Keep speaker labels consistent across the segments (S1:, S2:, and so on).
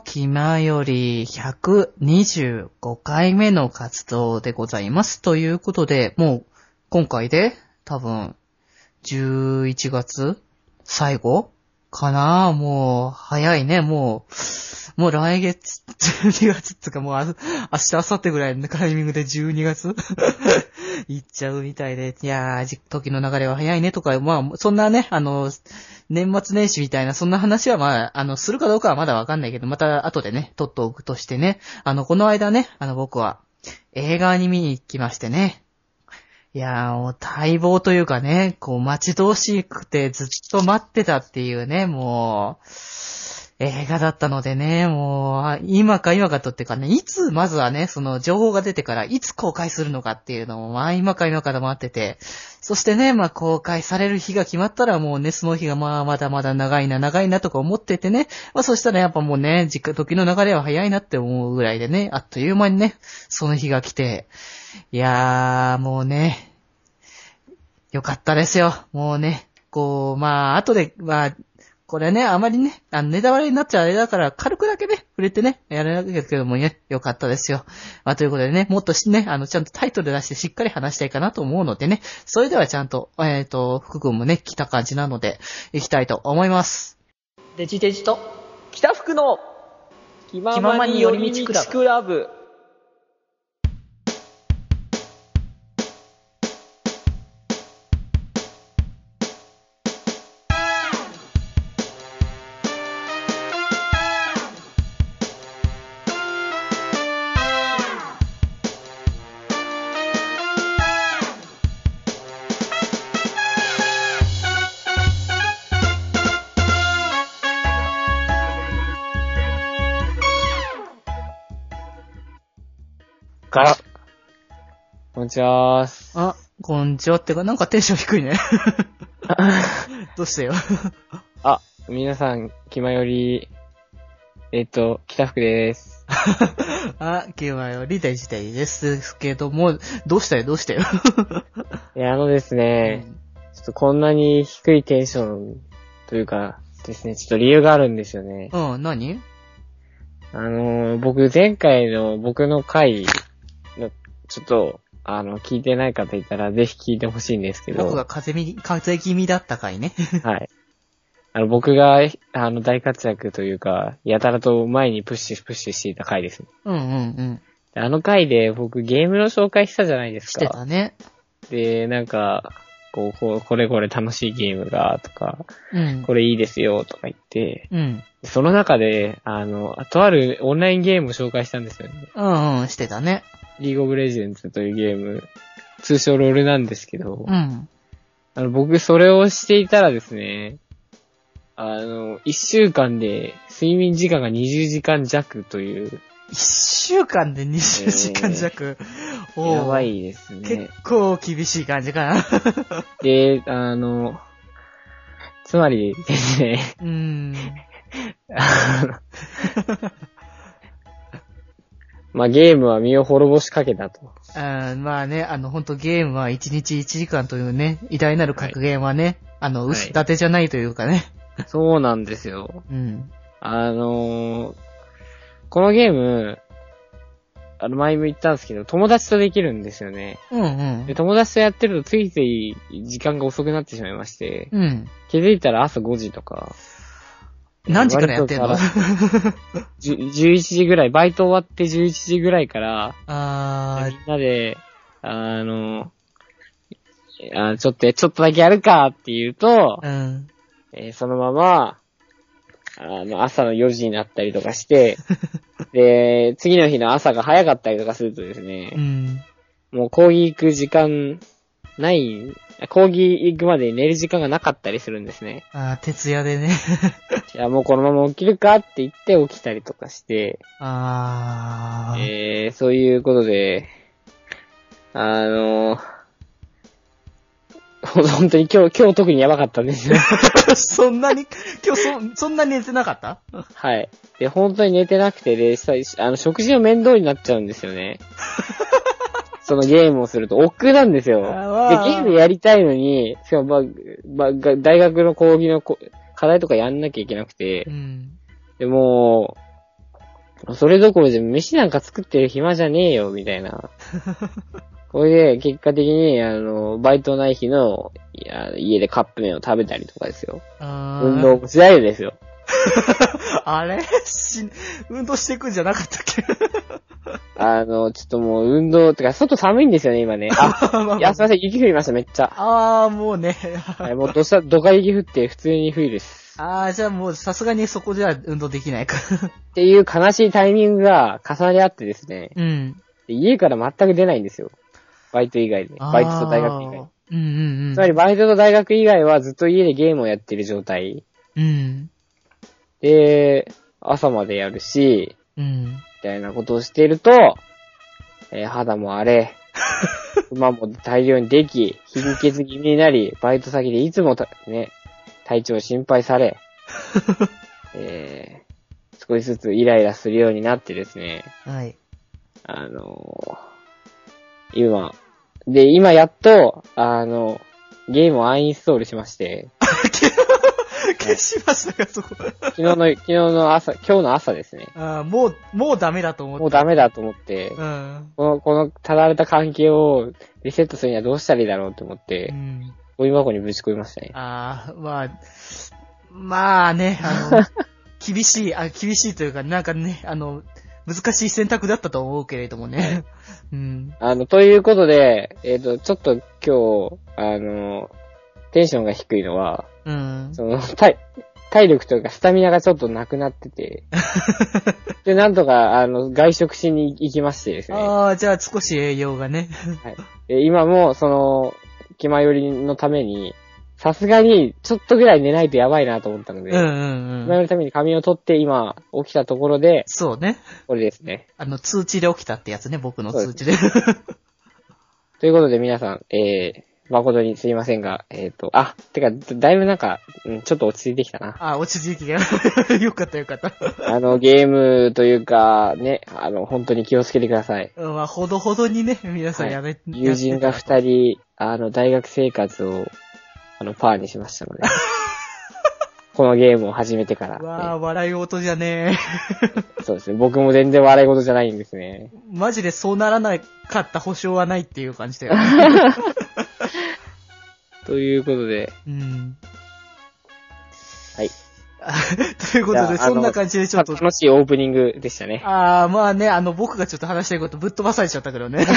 S1: 気まより125回目の活動でございます。ということで、もう今回で多分11月最後かな。もう早いね。もう来月12月っていうかもう明日明後日ぐらいのタイミングで12月行っちゃうみたいで、いやー、時の流れは早いねとか、まあそんなね、年末年始みたいなそんな話はまあするかどうかはまだわかんないけど、また後でね、撮っておくとしてね、この間ね、僕は映画に見に行きましてね。いやー、もう待望というかね、こう待ち遠しくてずっと待ってたっていうね、もう、映画だったのでね、もう、今かとってかね、いつまずはね、その情報が出てからいつ公開するのかっていうのを、まあ今かと待ってて、そしてね、まあ公開される日が決まったらもうね、その日がまあまだまだ長いなとか思っててね、まあそしたらやっぱもうね、時の流れは早いなって思うぐらいでね、あっという間にね、その日が来て、いやー、もうね、よかったですよ。もうね、こう、まあ、後で、まあ、これね、あまりね、ネタバレになっちゃうあれだから、軽くだけね、触れてね、やれなきゃけどもね、よかったですよ。まあ、ということでね、もっとね、ちゃんとタイトル出してしっかり話したいかなと思うのでね、それではちゃんと、福君もね、来た感じなので、行きたいと思います。
S2: デジデジと、北福の、気ままに寄り道クラブ。こんにちは。
S1: あ、こんにちはってか、なんかテンション低いね。どうしてよ。
S2: 皆さん、気まより、北福です。
S1: 気まより大事ですけども、どうしたよ。
S2: いや、ですね、ちょっとこんなに低いテンションというかですね、ちょっと理由があるんですよね。
S1: 何？
S2: 僕前回の僕の回の、ちょっと、聞いてない方いたらぜひ聞いてほしいんですけど。
S1: 僕が風邪気味だった回ね。
S2: はい。僕が、大活躍というか、やたらと前にプッシュしていた回ですね。あの回で僕ゲームの紹介したじゃないですか。
S1: してたね。
S2: で、なんか、これ楽しいゲームが、とか、これいいですよ、とか言って、その中で、とあるオンラインゲームを紹介したんですよね。
S1: してたね。
S2: リーグオブレジェンズというゲーム、通称ロールなんですけど、僕それをしていたらですね、1週間で睡眠時間が20時間弱という。
S1: 1週間で20時間弱。
S2: やばいですね。
S1: 結構厳しい感じかな。
S2: で、つまりですね。まあゲームは身を滅ぼしかけたと。
S1: まあね、ほんとゲームは1日1時間というね、偉大なる格言はね、薄立てじゃないというかね。
S2: そうなんですよ。このゲーム、前も言ったんですけど、友達とできるんですよね。で、友達とやってるとついつい時間が遅くなってしまいまして、気づいたら朝5時とか。
S1: 何時からやってんの
S2: ？11時ぐらい、バイト終わって11時ぐらいから、みんなで、ちょっとだけやるかって言うと、そのまま、朝の4時になったりとかして、で、次の日の朝が早かったりとかするとですね、もう講義行く時間ない、講義行くまで寝る時間がなかったりするんですね。
S1: 徹夜でね。
S2: いや、もうこのまま起きるかって言って起きたりとかして、そういうことで、本当に今日特にやばかったんですよ。
S1: そんなに、今日そんなに寝てなかった？
S2: はい。で、本当に寝てなくてで、食事の面倒になっちゃうんですよね。そのゲームをすると億劫なんですよ。で、ゲームやりたいのに、しかも大学の講義の課題とかやんなきゃいけなくて、でもそれどころで飯なんか作ってる暇じゃねえよ、みたいな。これで、結果的に、バイトない日の、家でカップ麺を食べたりとかですよ。運動もしないですよ。
S1: あれ運動していくんじゃなかったっけ
S2: ちょっともう運動、てか外寒いんですよね、今ね。いや、すいません、雪降りました、めっちゃ。
S1: もうね。
S2: はい、もうどか雪降って普通に冬です。
S1: じゃあもうさすがにそこでは運動できないか。
S2: っていう悲しいタイミングが重なり合ってですね。
S1: うん。
S2: 家から全く出ないんですよ。バイト以外で。バイトと大学以外。つまりバイトと大学以外はずっと家でゲームをやってる状態。
S1: うん。
S2: で、朝までやるし、
S1: うん。
S2: みたいなことをしていると、肌も荒れ、馬も大量にでき、貧血気味になり、バイト先でいつも体調を心配され、少しずつイライラするようになってですね。
S1: はい。
S2: 今やっと、ゲームをアンインストールしまして。
S1: 消しましたか、そこ。
S2: 昨日の朝、今日の朝ですね。
S1: もうダメだと思って。
S2: もうダメだと思って、この、ただれた関係をリセットするにはどうしたらいいだろうと思って、ゴミ箱にぶち込みましたね。
S1: まあね、厳しいというか、なんかね、難しい選択だったと思うけれどもね。
S2: うん。ということで、ちょっと今日、テンションが低いのは、体力というかスタミナがちょっとなくなってて、で、なんとか、外食しに行きましてですね。
S1: じゃあ少し栄養がね。
S2: はい。今も、気前よりのために、さすがに、ちょっとぐらい寝ないとやばいなと思ったので、気前よりのために仮眠を取って今、起きたところで、
S1: そうね。
S2: これですね。
S1: 通知で起きたってやつね、僕の通知で。
S2: ということで皆さん、誠にすいませんが、てか、だいぶなんか、ちょっと落ち着いてきたな。
S1: 落ち着いてきた。よかったよかった。
S2: ゲームというか、ね、本当に気をつけてください。
S1: ほどほどにね、皆さんやめて、
S2: 友人が2人、大学生活を、パーにしましたので。このゲームを始めてから、
S1: 笑い事じゃね
S2: え。そうですね。僕も全然笑い事じゃないんですね。
S1: マジでそうならなかった保証はないっていう感じだよ。
S2: ということで。はい。
S1: ということで、そんな感じでちょっと。
S2: 楽しいオープニングでしたね。
S1: まあね、僕がちょっと話したいことぶっ飛ばされちゃったけどね。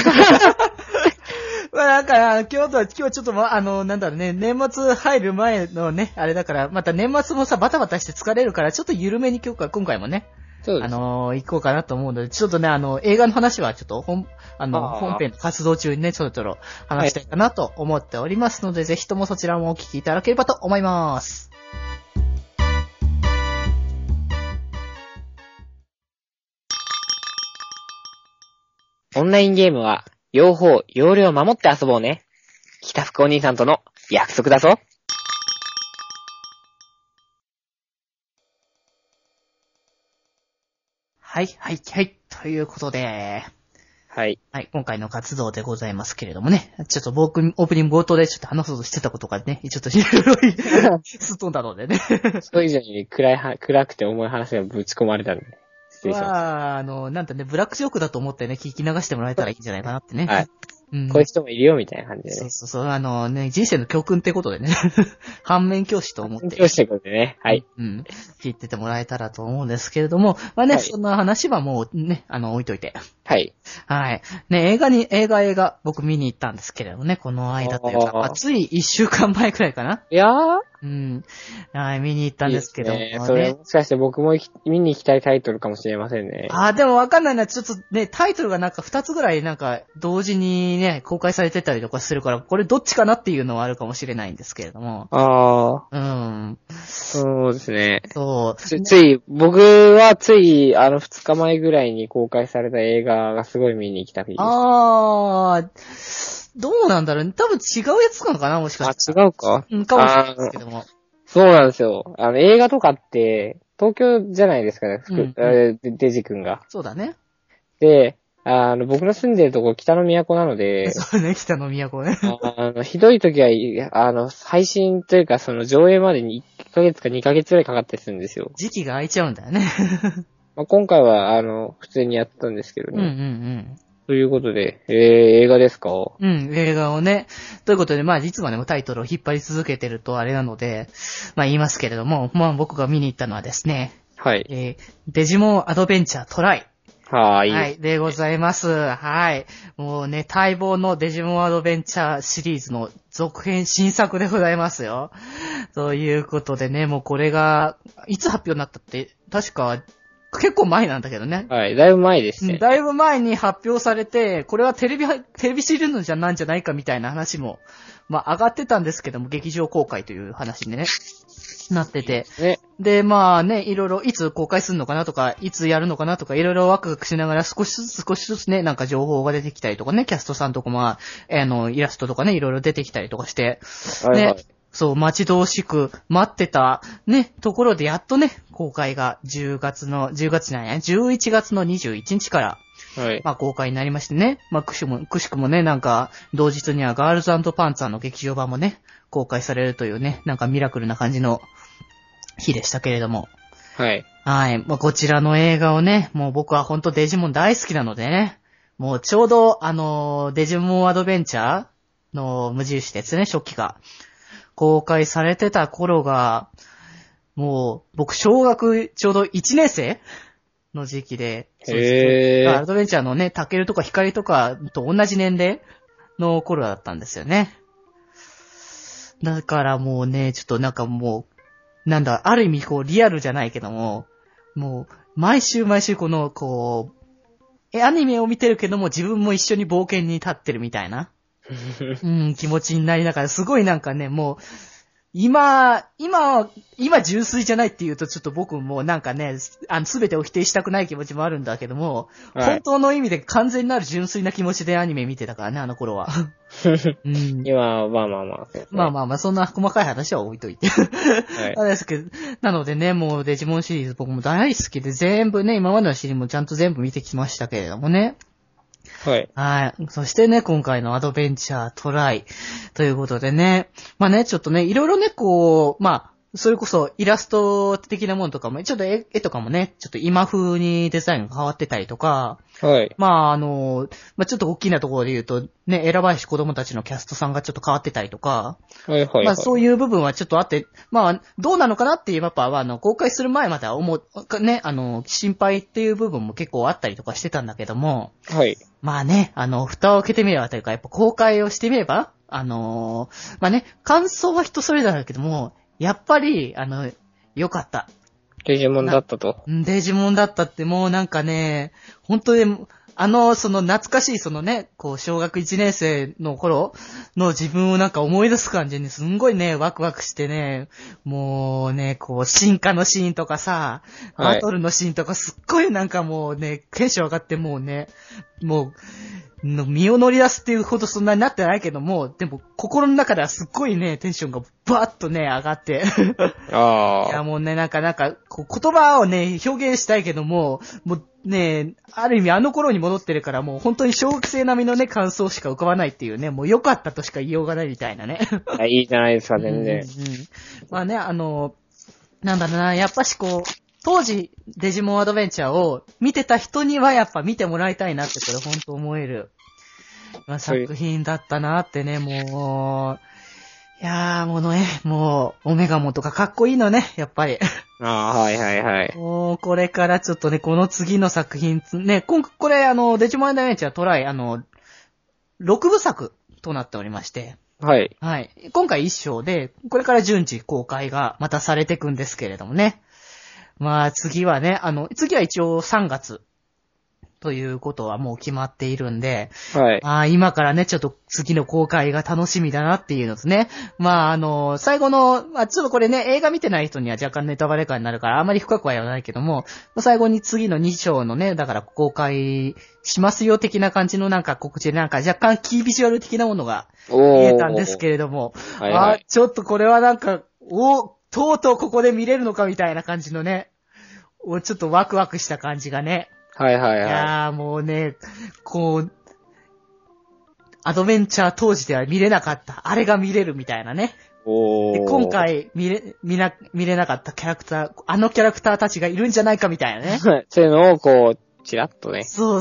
S1: なんか、今日はちょっとなんだろうね、年末入る前のね、あれだから、また年末もさ、バタバタして疲れるから、ちょっと緩めに今回もね、行こうかなと思うので、ちょっとね、映画の話はちょっと本編の活動中にね、ちょろ話したいかなと思っておりますので、ぜひともそちらもお聞きいただければと思います。
S2: オンラインゲームは、両方、容量を守って遊ぼうね。北福お兄さんとの約束だぞ。
S1: はい。ということで、
S2: はい。
S1: はい、今回の活動でございますけれどもね、ちょっと僕、オープニング冒頭でちょっと話そうとしてたことがね、ちょっといろいろすっ飛んだのでね。
S2: それ以上に暗くて重い話がぶち込まれたんで。失礼します。
S1: なんてね、ブラックジョークだと思ってね、聞き流してもらえたらいいんじゃないかなってね。
S2: はい。こういう人もいるよ、みたいな感じでね。
S1: そう、ね、人生の教訓ってことでね、反面教師と思って。
S2: 教師ってことでね、はい。
S1: 聞いててもらえたらと思うんですけれども、まあね、そんな話はもうね、置いといて。
S2: はい。
S1: はい。ね、映画、僕見に行ったんですけれどもね、この間というか、つい1週間前くらいかな。
S2: いやー。
S1: はい、見に行ったんですけどもね。
S2: それもしかして僕も見に行きたいタイトルかもしれませんね。
S1: でもわかんないな。ちょっとね、タイトルがなんか2つぐらいなんか同時にね、公開されてたりとかするから、これどっちかなっていうのはあるかもしれないんですけれども。
S2: そうですね。
S1: そう。
S2: 僕はつい2日前ぐらいに公開された映画がすごい見に行きたくて。
S1: どうなんだろうね。多分違うやつなのかな、もしかして。
S2: 違うか
S1: かもしれないですけども。
S2: そうなんですよ。映画とかって、東京じゃないですかね、デジ君が。
S1: そうだね。
S2: で、僕の住んでるとこ北の都なので。
S1: そうね、北の都ね。
S2: ひどい時は、配信というか、上映までに1ヶ月か2ヶ月くらいかかったりするんですよ。
S1: 時期が空いちゃうんだよね。
S2: まあ、今回は、普通にやったんですけどね。
S1: うんうんうん。
S2: ということで、映画ですか？
S1: うん、映画をね。ということで、まあ、いつまでもタイトルを引っ張り続けてるとあれなので、まあ言いますけれども、まあ僕が見に行ったのはですね、
S2: はい。
S1: デジモンアドベンチャートライ。
S2: はい。
S1: はい、でございます。はい。もうね、待望のデジモンアドベンチャーシリーズの続編新作でございますよ。ということでね、もうこれが、いつ発表になったって、確か、結構前なんだけどね。
S2: はい、だいぶ前ですね。
S1: だいぶ前に発表されて、これはテレビシリーズなんじゃないかみたいな話も、まあ上がってたんですけども、劇場公開という話でね、なってて。
S2: ね。
S1: で、まあね、いろいろいつ公開するのかなとか、いつやるのかなとか、いろいろワクワクしながら少しずつね、なんか情報が出てきたりとかね、キャストさんとかまあ、イラストとかね、いろいろ出てきたりとかして、
S2: はいはい、
S1: ね、そう、待ち遠しく待ってた、ね、ところでやっとね、公開が11月の21日から、
S2: はい。
S1: まあ公開になりましてね、まあくしくもね、なんか、同日にはガールズ&パンツァーの劇場版もね、公開されるというね、なんかミラクルな感じの日でしたけれども。
S2: はい。
S1: はい。まあこちらの映画をね、もう僕はほんとデジモン大好きなのでね、もうちょうどデジモンアドベンチャーの無印ですね、初期が。公開されてた頃が、もう、僕、小学ちょうど1年生の時期で、アドベンチャーのね、タケルとかヒカリとかと同じ年齢の頃だったんですよね。だからもうね、ちょっとなんかもう、なんだ、ある意味こう、リアルじゃないけども、もう、毎週この、こう、アニメを見てるけども自分も一緒に冒険に立ってるみたいな。気持ちになりながら、すごいなんかね、もう、今純粋じゃないって言うとちょっと僕もなんかね、すべてを否定したくない気持ちもあるんだけども、はい、本当の意味で完全なる純粋な気持ちでアニメ見てたからね、あの頃は。
S2: 今、まあ。
S1: まあ、そんな細かい話は置いといて。はい。ですけど、なのでね、もうデジモンシリーズ僕も大好きで全部ね、今までのシリーズもちゃんと全部見てきましたけれどもね。
S2: はい。
S1: はい。そしてね、今回のアドベンチャートライということでね。まあね、ちょっとね、いろいろね、こう、まあ、それこそイラスト的なものとかも、ちょっと絵とかもね、ちょっと今風にデザインが変わってたりとか、
S2: はい。
S1: まあまあちょっと大きなところで言うと、ね、選ばれし子供たちのキャストさんがちょっと変わってたりとか、
S2: はいはい。
S1: まあそういう部分はちょっとあって、まあどうなのかなっていうやっぱ公開する前まではね、心配っていう部分も結構あったりとかしてたんだけども、
S2: はい。
S1: まあね、蓋を開けてみればというか、やっぱ公開をしてみれば、まあね、感想は人それぞれだけども、やっぱり、良かった。
S2: デジモンだったと。
S1: デジモンだったってもうなんかね、本当に、その懐かしいそのね、こう、小学1年生の頃の自分をなんか思い出す感じにすんごいね、ワクワクしてね、もうね、こう、進化のシーンとかさ、バトルのシーンとかすっごいなんかもうね、テンション上がってもうね、もう、身を乗り出すっていうほどそんなになってないけども、でも心の中ではすっごいね、テンションがバーッとね、上がって。いやもうね、なんか、こう言葉をね、表現したいけども、もうね、ある意味あの頃に戻ってるからもう本当に小学生並みのね、感想しか浮かばないっていうね、もう良かったとしか言いようがないみたいなね。
S2: いいじゃないですか、全然。
S1: まあね、なんだろうな、やっぱしこう、当時、デジモンアドベンチャーを見てた人にはやっぱ見てもらいたいなってこれ本当思える、まあ、作品だったなってね、もう、いやーもうね、もう、オメガモンとかかっこいいのね、やっぱり。
S2: はい。
S1: もう、これからちょっとね、この次の作品、ね、これデジモンアドベンチャートライ、6部作となっておりまして。
S2: はい。
S1: はい。今回1章で、これから順次公開がまたされていくんですけれどもね。まあ次はね、次は一応3月ということはもう決まっているんで、
S2: はい。
S1: 今からね、ちょっと次の公開が楽しみだなっていうのですね。まあ最後の、まあちょっとこれね、映画見てない人には若干ネタバレ感になるからあまり深くは言わないけども、最後に次の2章のね、だから公開しますよ的な感じのなんか告知でなんか若干キービジュアル的なものが見えたんですけれども、ちょっとこれはなんか、とうとうここで見れるのかみたいな感じのね、ちょっとワクワクした感じがね。
S2: はい。い
S1: やーもうね、こう、アドベンチャー当時では見れなかった、あれが見れるみたいなね。
S2: おー。
S1: で今回見れなかったキャラクター、あのキャラクターたちがいるんじゃないかみたいなね。
S2: そういうのをこう、チラッとね。
S1: そう、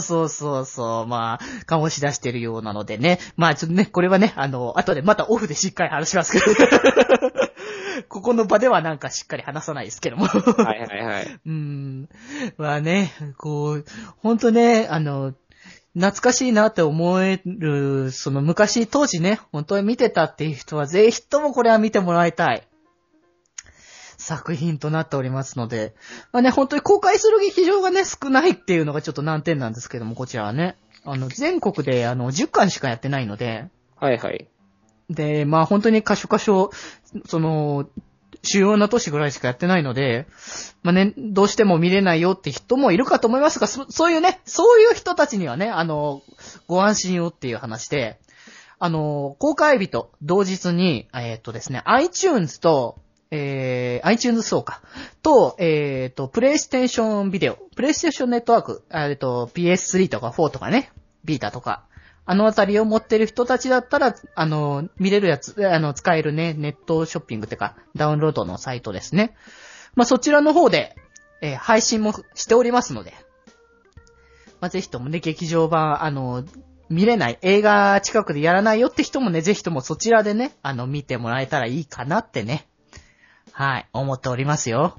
S1: まあ、醸し出してるようなのでね。まあちょっとね、これはね、後でまたオフでしっかり話しますけど。ここの場ではなんかしっかり話さないですけども。
S2: はい。
S1: まあね、こう、ほんとね、懐かしいなって思える、その昔当時ね、本当に見てたっていう人はぜひともこれは見てもらいたい作品となっておりますので、まあね、本当に公開する劇場がね、少ないっていうのがちょっと難点なんですけども、こちらはね。全国で10巻しかやってないので、
S2: はい。
S1: で、まあ本当に箇所、主要な都市ぐらいしかやってないので、まあね、どうしても見れないよって人もいるかと思いますが、そういう人たちにはね、ご安心をっていう話で、公開日と同日に、ですね、iTunes と、iTunes そうか。と、プレイステーションビデオ、プレイステーションネットワーク、PS3 とか4とかね、ビータとか、あのあたりを持ってる人たちだったら、見れるやつ、使えるね、ネットショッピングってか、ダウンロードのサイトですね。まあ、そちらの方で、配信もしておりますので、まあ、ぜひともね、劇場版、見れない、映画近くでやらないよって人もね、ぜひともそちらでね、見てもらえたらいいかなってね、はい、思っておりますよ。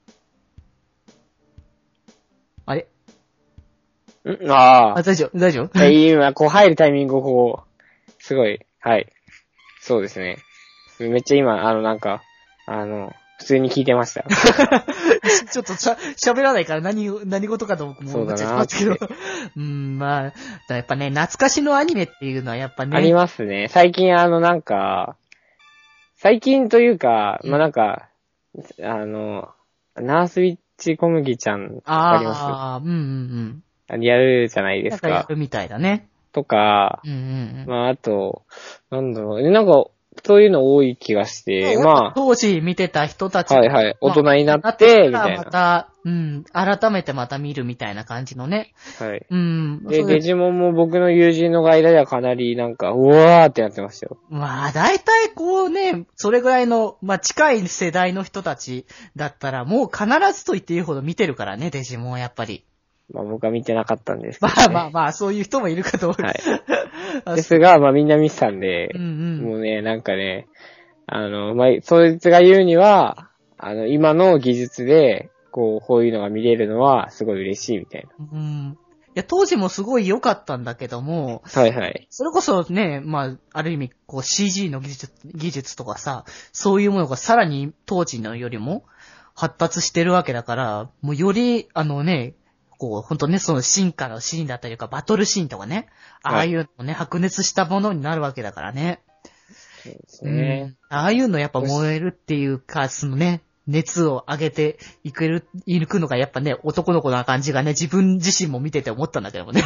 S1: あれ
S2: あ
S1: 大丈夫
S2: 今、こう入るタイミングをこう、すごい、はい。そうですね。めっちゃ今、普通に聞いてました。
S1: ちょっと喋らないから何事かと僕も思っちゃいましたけど。まあ、やっぱね、懐かしのアニメっていうのはやっぱね。
S2: ありますね。最近最近というか、まあナースウィッチ小麦ちゃん、わかります？やるじゃないですか。
S1: やるみたいだね。
S2: とか、まああと、そういうの多い気がして、まあ。
S1: 当時見てた人たち
S2: はい。大人になって、みたいな。
S1: また、改めてまた見るみたいな感じのね。
S2: はい。で、デジモンも僕の友人の間ではかなりうわーってなってましたよ。
S1: まあ、大体こうね、それぐらいの、まあ近い世代の人たちだったら、もう必ずと言っていいほど見てるからね、デジモンはやっぱり。
S2: まあ僕は見てなかったんですけど、ね。
S1: まあ、そういう人もいるかと思う。
S2: はい。ですが、まあみんな見てたんで、もうね、そいつが言うには、今の技術で、こういうのが見れるのは、すごい嬉しいみたいな。
S1: いや、当時もすごい良かったんだけども、
S2: はい。
S1: それこそね、まあ、ある意味、こう CG の技術とかさ、そういうものがさらに当時のよりも発達してるわけだから、もうより、こう、ほんとね、その進化のシーンだったりとか、バトルシーンとかね、ああいうのね、白熱したものになるわけだからね。
S2: そうですね。
S1: ああいうのやっぱ燃えるっていうか、そのね、熱を上げていくのがやっぱね、男の子な感じがね、自分自身も見てて思ったんだけどもね。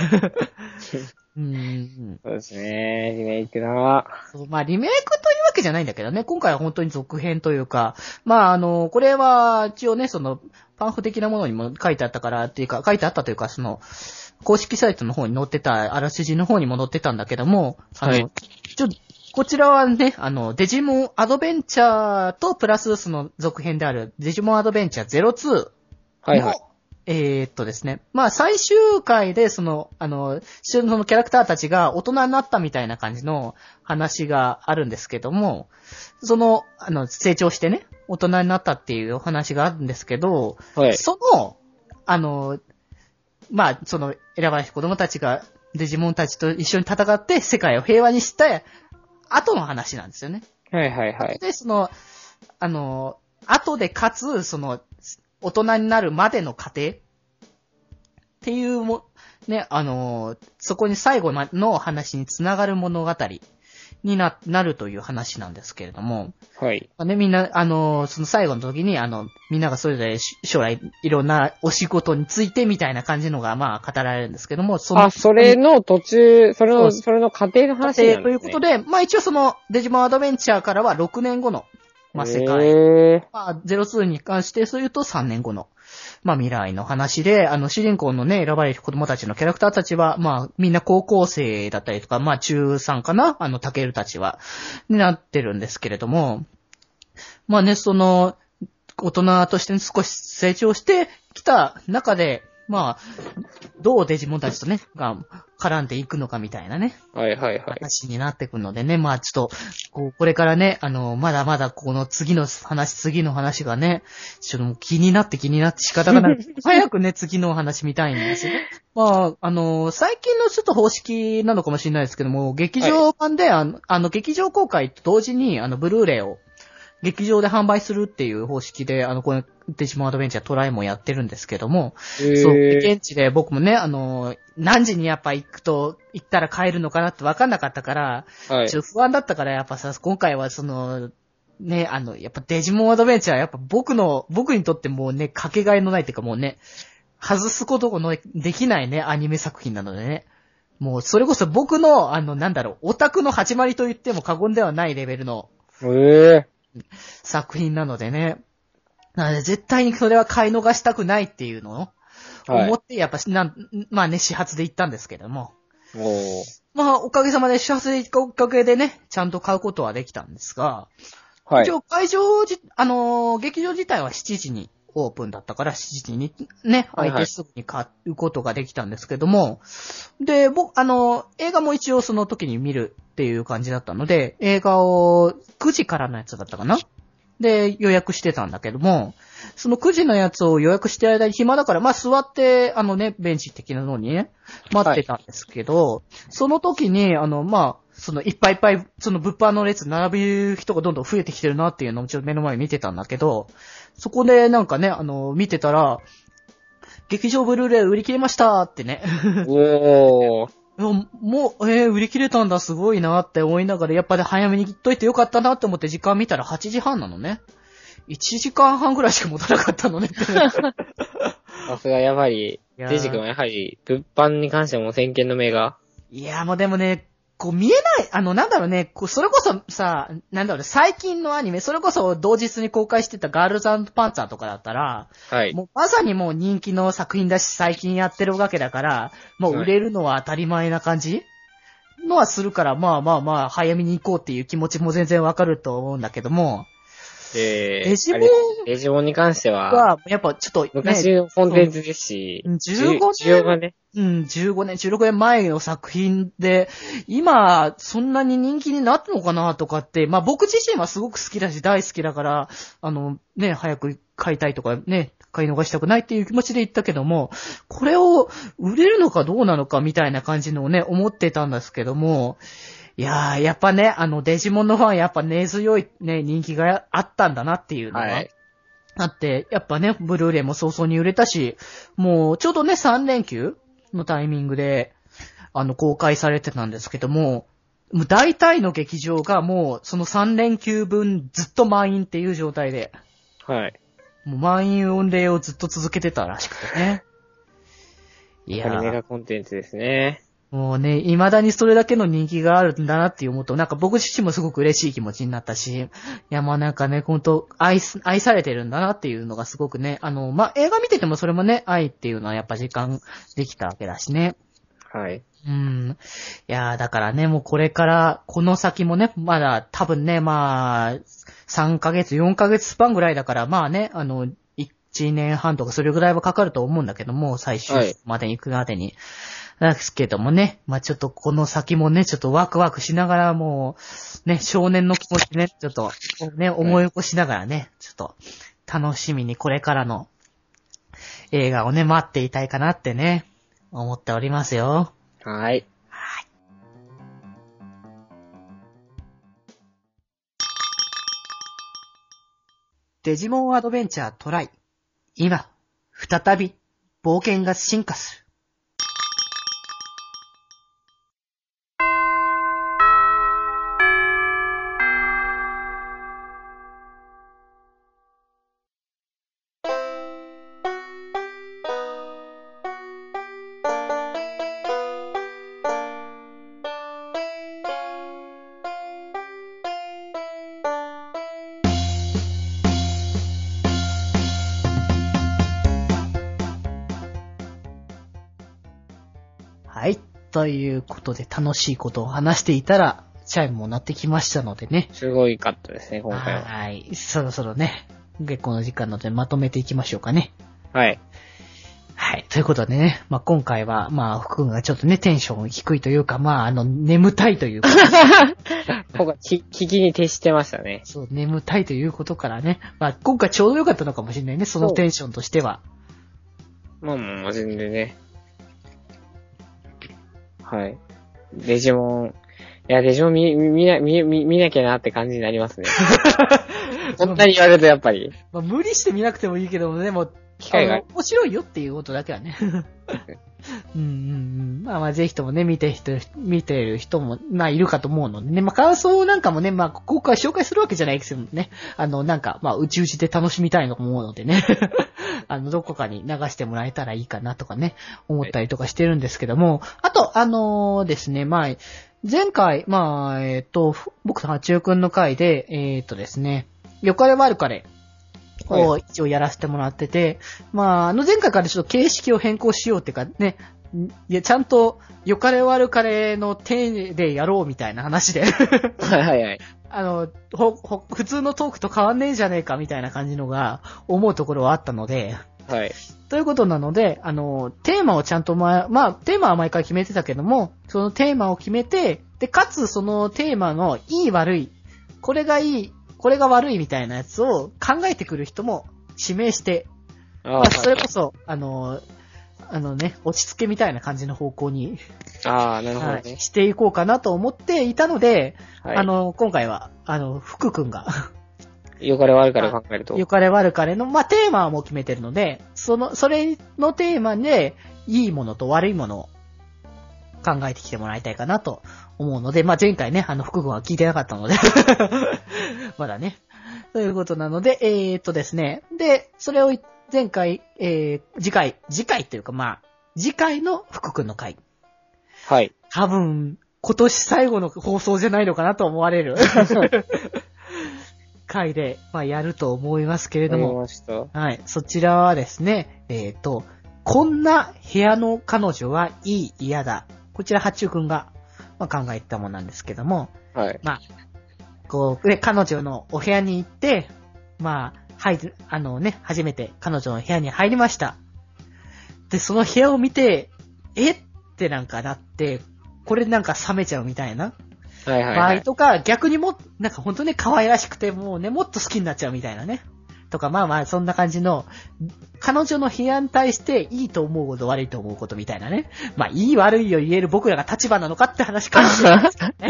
S2: そうですね、リメイクだな。
S1: まあ、リメイクというわけじゃないんだけどね、今回は本当に続編というか、まあ、これは一応ね、その、パンフ的なものにも書いてあったからっていうか、書いてあったというか、その、公式サイトの方に載ってた、あらすじの方にも載ってたんだけども、こちらはね、デジモンアドベンチャーとプラスその続編であるデジモンアドベンチャー02の、ですね。まあ、最終回でそのキャラクターたちが大人になったみたいな感じの話があるんですけども、成長してね、大人になったっていうお話があるんですけど、まあ、その選ばれし子供たちがデジモンたちと一緒に戦って世界を平和にして後の話なんですよね。で、後でかつ、大人になるまでの過程っていうね、そこに最後の話につながる物語になるという話なんですけれども。
S2: はい。
S1: ね、みんな、その最後の時に、みんながそれぞれ将来いろんなお仕事についてみたいな感じのが、まあ、語られるんですけども、
S2: それの途中、それの過程の話なんですね。
S1: ということで、まあ一応デジモンアドベンチャーからは6年後の、まあ世界。まあ、02に関してすると3年後の、まあ未来の話で、主人公のね、選ばれる子供たちのキャラクターたちは、まあみんな高校生だったりとか、まあ中3かな、タケルたちは、になってるんですけれども、 まあね、大人として少し成長してきた中で、まあ、どうデジモンたちとね、が絡んでいくのかみたいなね。
S2: はいはいはい。
S1: 話になってくるのでね、まあちょっと、これからね、まだまだこの次の話がね、ちょっともう気になって仕方がない。早くね、次の話見たいんですよ。まあ、最近のちょっと方式なのかもしれないですけども、劇場版で、劇場公開と同時に、ブルーレイを、劇場で販売するっていう方式で、このデジモンアドベンチャートライもやってるんですけども、そう、現地で僕もね、何時にやっぱ行ったら帰るのかなって分かんなかったから、はい、ちょっと不安だったからやっぱさ、今回はね、やっぱデジモンアドベンチャーやっぱ僕にとってもうね、かけがえのないっていうかもうね、外すことのできないね、アニメ作品なのでね。もうそれこそ僕の、オタクの始まりと言っても過言ではないレベルの、作品なのでね。なので絶対にそれは買い逃したくないっていうのを思って、やっぱ、まあね、始発で行ったんですけども。まあ、おかげさまで始発で行ったおかげでね、ちゃんと買うことはできたんですが、はい。一応劇場自体は7時にオープンだったから7時にね、空いてすぐに買うことができたんですけども、で、映画も一応その時に見るっていう感じだったので、映画を9時からのやつだったかな？で、予約してたんだけども、その9時のやつを予約してる間に暇だから、まあ座って、ベンチ的なのにね、待ってたんですけど、その時に、まあ、いっぱい、その物販の列並ぶ人がどんどん増えてきてるなっていうのをちょっと目の前に見てたんだけど、そこでなんかね、見てたら、劇場ブルーレイ売り切れましたってね。おー。もう、売り切れたんだ、すごいなって思いながら、やっぱり早めに言っといてよかったなって思って時間見たら8時半なのね。1時間半ぐらいしか持たなかったのねって。
S2: さすがやはり、デジ君はやはり、物販に関しても先見の明が。
S1: いや、もうでもね、こう見えない、それこそさ、最近のアニメ、それこそ同日に公開してたガールズ&パンツァーとかだったら、はい。もうまさにもう人気の作品だし、最近やってるわけだから、もう売れるのは当たり前な感じのはするから、まあ、早めに行こうっていう気持ちも全然わかると思うんだけども、デジ
S2: モンに関しては、
S1: やっぱちょっと、ね、
S2: 昔のコンテンツですし、
S1: 15年、16年前の作品で、今、そんなに人気になったのかなとかって、まあ僕自身はすごく好きだし、大好きだから、早く買いたいとかね、買い逃したくないっていう気持ちで言ったけども、これを売れるのかどうなのかみたいな感じのをね、思ってたんですけども、いやー、やっぱね、デジモンのファンやっぱ根強いね、人気があったんだなっていうのがあって、やっぱね、ブルーレイも早々に売れたし、もうちょうどね、3連休のタイミングで、公開されてたんですけども、もう大体の劇場がもうその3連休分ずっと満員っていう状態で、はい。もう満員御礼をずっと続けてたらしくてね。
S2: いやー。メガコンテンツですね。
S1: もうね、未だにそれだけの人気があるんだなって思うと、なんか僕自身もすごく嬉しい気持ちになったし、いやまあなんかね、ほんと愛されてるんだなっていうのがすごくね、まあ映画見ててもそれもね、愛っていうのはやっぱ実感できたわけだしね。はい。いやーだからね、もうこれから、この先もね、まだ多分ね、まあ、3ヶ月、4ヶ月スパンぐらいだから、まあね、1年半とかそれぐらいはかかると思うんだけども、最終までに行くまでに。はいですけどもね。まあ、ちょっとこの先もね、ちょっとワクワクしながらもう、ね、少年の気持ちね、ちょっと、ね、思い起こしながらね、ちょっと、楽しみにこれからの映画をね、待っていたいかなってね、思っておりますよ。はい。はい。デジモンアドベンチャートライ。今、再び、冒険が進化する。はい。ということで楽しいことを話していたら、 チャイムも鳴ってきましたのでね。
S2: すごいかったですね、今回は。
S1: はい。そろそろね、月光の時間なのでまとめていきましょうかね。
S2: はい。
S1: はい。ということでね、今回は、福君がちょっとね、テンション低いというか、眠たいというか。
S2: 今回、聞きに徹してましたね。
S1: そう、眠たいということからね。今回ちょうど良かったのかもしれないね、そのテンションとしては。
S2: もう全然ね。はい。デジモン見なきゃなって感じになりますね。そんなに言われるとやっぱり。
S1: 無理して見なくてもいいけどもね、もう、
S2: 機会が。
S1: 面白いよっていうことだけはね。ぜひともね、見てる人も、いるかと思うのでね。感想なんかもね、ここから紹介するわけじゃないですけどね。うちうちで楽しみたいと思うのでね。どこかに流してもらえたらいいかなとかね、思ったりとかしてるんですけども。あと、ですね、前回、僕と八代くんの回で、ですね、よかれ悪かれを一応やらせてもらってて、前回からちょっと形式を変更しようっていうかね、ちゃんとよかれ悪かれの手でやろうみたいな話で。
S2: はいはい。
S1: 普通のトークと変わんねえじゃねえかみたいな感じのが思うところはあったので、
S2: はい。
S1: ということなので、テーマをちゃんとテーマは毎回決めてたけども、そのテーマを決めて、で、かつそのテーマのいい悪い、これがいい、これが悪いみたいなやつを考えてくる人も指名して、それこそ、落ち着けみたいな感じの方向に、
S2: なるほどね。
S1: していこうかなと思っていたので、今回は、福くんが、
S2: よかれ悪かれ考えると。
S1: よかれ悪かれの、テーマはもう決めてるので、それのテーマで、いいものと悪いものを考えてきてもらいたいかなと思うので、前回ね、福君は聞いてなかったので、まだね。ということなので、ですね。で、それを前回、次回というか次回の福君の回。
S2: はい。
S1: 多分、今年最後の放送じゃないのかなと思われる。回で、やると思いますけれども。はい。そちらはですね、こんな部屋の彼女はいい、嫌だ。こちら、八中くんが、考えたものなんですけども。
S2: はい。
S1: 彼女のお部屋に行って、初めて彼女の部屋に入りました。で、その部屋を見て、ってなって、これ冷めちゃうみたいな。
S2: はいはい、
S1: 場合とか、逆にも、本当ね、可愛らしくて、もうね、もっと好きになっちゃうみたいなね。とか、そんな感じの、彼女の部屋に対して、いいと思うこと悪いと思うことみたいなね。いい悪いを言える僕らが立場なのかって話かもしれないですね。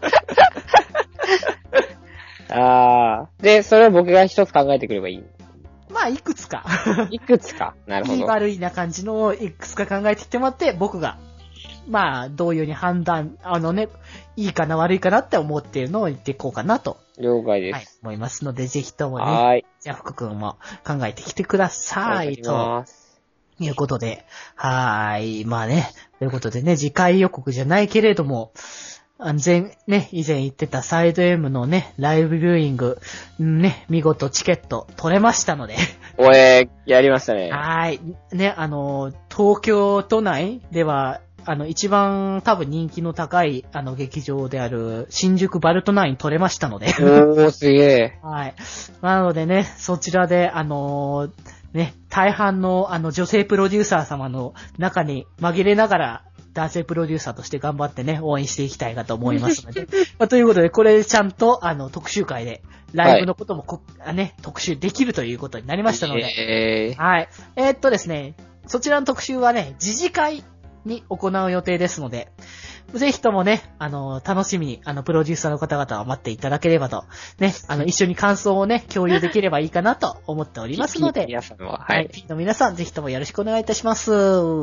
S2: で、それを僕が一つ考えてくればいい。
S1: いくつか。
S2: いくつか。なるほど。
S1: いい悪いな感じの、いくつか考えてきてもらって、僕が、どういうふうに判断、いいかな悪いかなって思っているのを言っていこうかなと。
S2: 了解です。
S1: はい、思いますので、ぜひともね。
S2: はい。
S1: じゃあ、福くんも考えてきてください。ということで、ということでね、次回予告じゃないけれども、以前言ってたサイド M のね、ライブビューイング、見事チケット取れましたので。
S2: やりましたね。
S1: はい。ね、東京都内では、一番多分人気の高い、劇場である、新宿バルトナイン取れましたので。
S2: すげえ。
S1: はい。なのでね、そちらで、大半の、女性プロデューサー様の中に紛れながら、男性プロデューサーとして頑張ってね、応援していきたいかと思いますので。ということで、これちゃんと、特集会で、ライブのことも特集できるということになりましたので。はい。ですね、そちらの特集はね、次次回に行う予定ですので、ぜひともね、楽しみに、プロデューサーの方々は待っていただければと、ね、一緒に感想をね、共有できればいいかなと思っておりますので、
S2: 皆さんは、
S1: はい。の皆さん、ぜひともよろしくお願いいたします。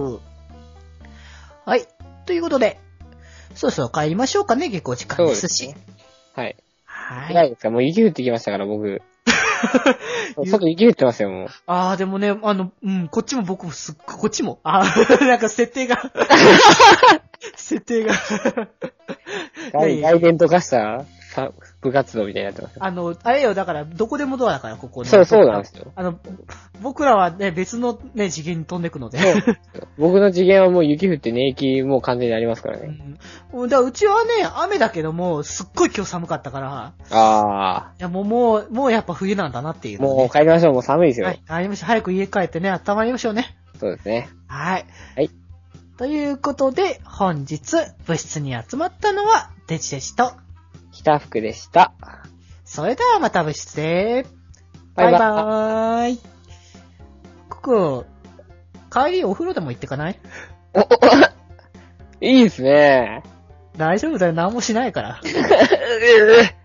S1: はい。ということで、そろそろ帰りましょうかね、結構時間ですし。
S2: そうですね、はい。
S1: はい。
S2: ないですか、もう雪降ってきましたから、僕。外雪降ってますよ、もう。
S1: でもね、こっちも僕もこっちも。なんか設定が。設定が。
S2: 外伝とかした部活動みたいになってます。
S1: あれよ、だから、どこでもドアだから、ここの。
S2: そうなんですよ。
S1: 僕らはね、別のね、次元に飛んでくので。
S2: 僕の次元はもう雪降って寝息もう完全にありますからね。
S1: だからうちはね、雨だけども、すっごい今日寒かったから。
S2: い
S1: や、もうやっぱ冬なんだなっていう、
S2: ね。もう帰りましょう、もう寒いですよ。
S1: はい、帰りましょう。早く家帰ってね、温まりましょうね。
S2: そうですね。
S1: はい。
S2: はい。
S1: ということで、本日、部室に集まったのは、デジデジと、
S2: 北福でした。
S1: それではまた部室で、バイバーイ。帰りお風呂でも行ってかない？
S2: いいですね。
S1: 大丈夫だよ、何もしないから。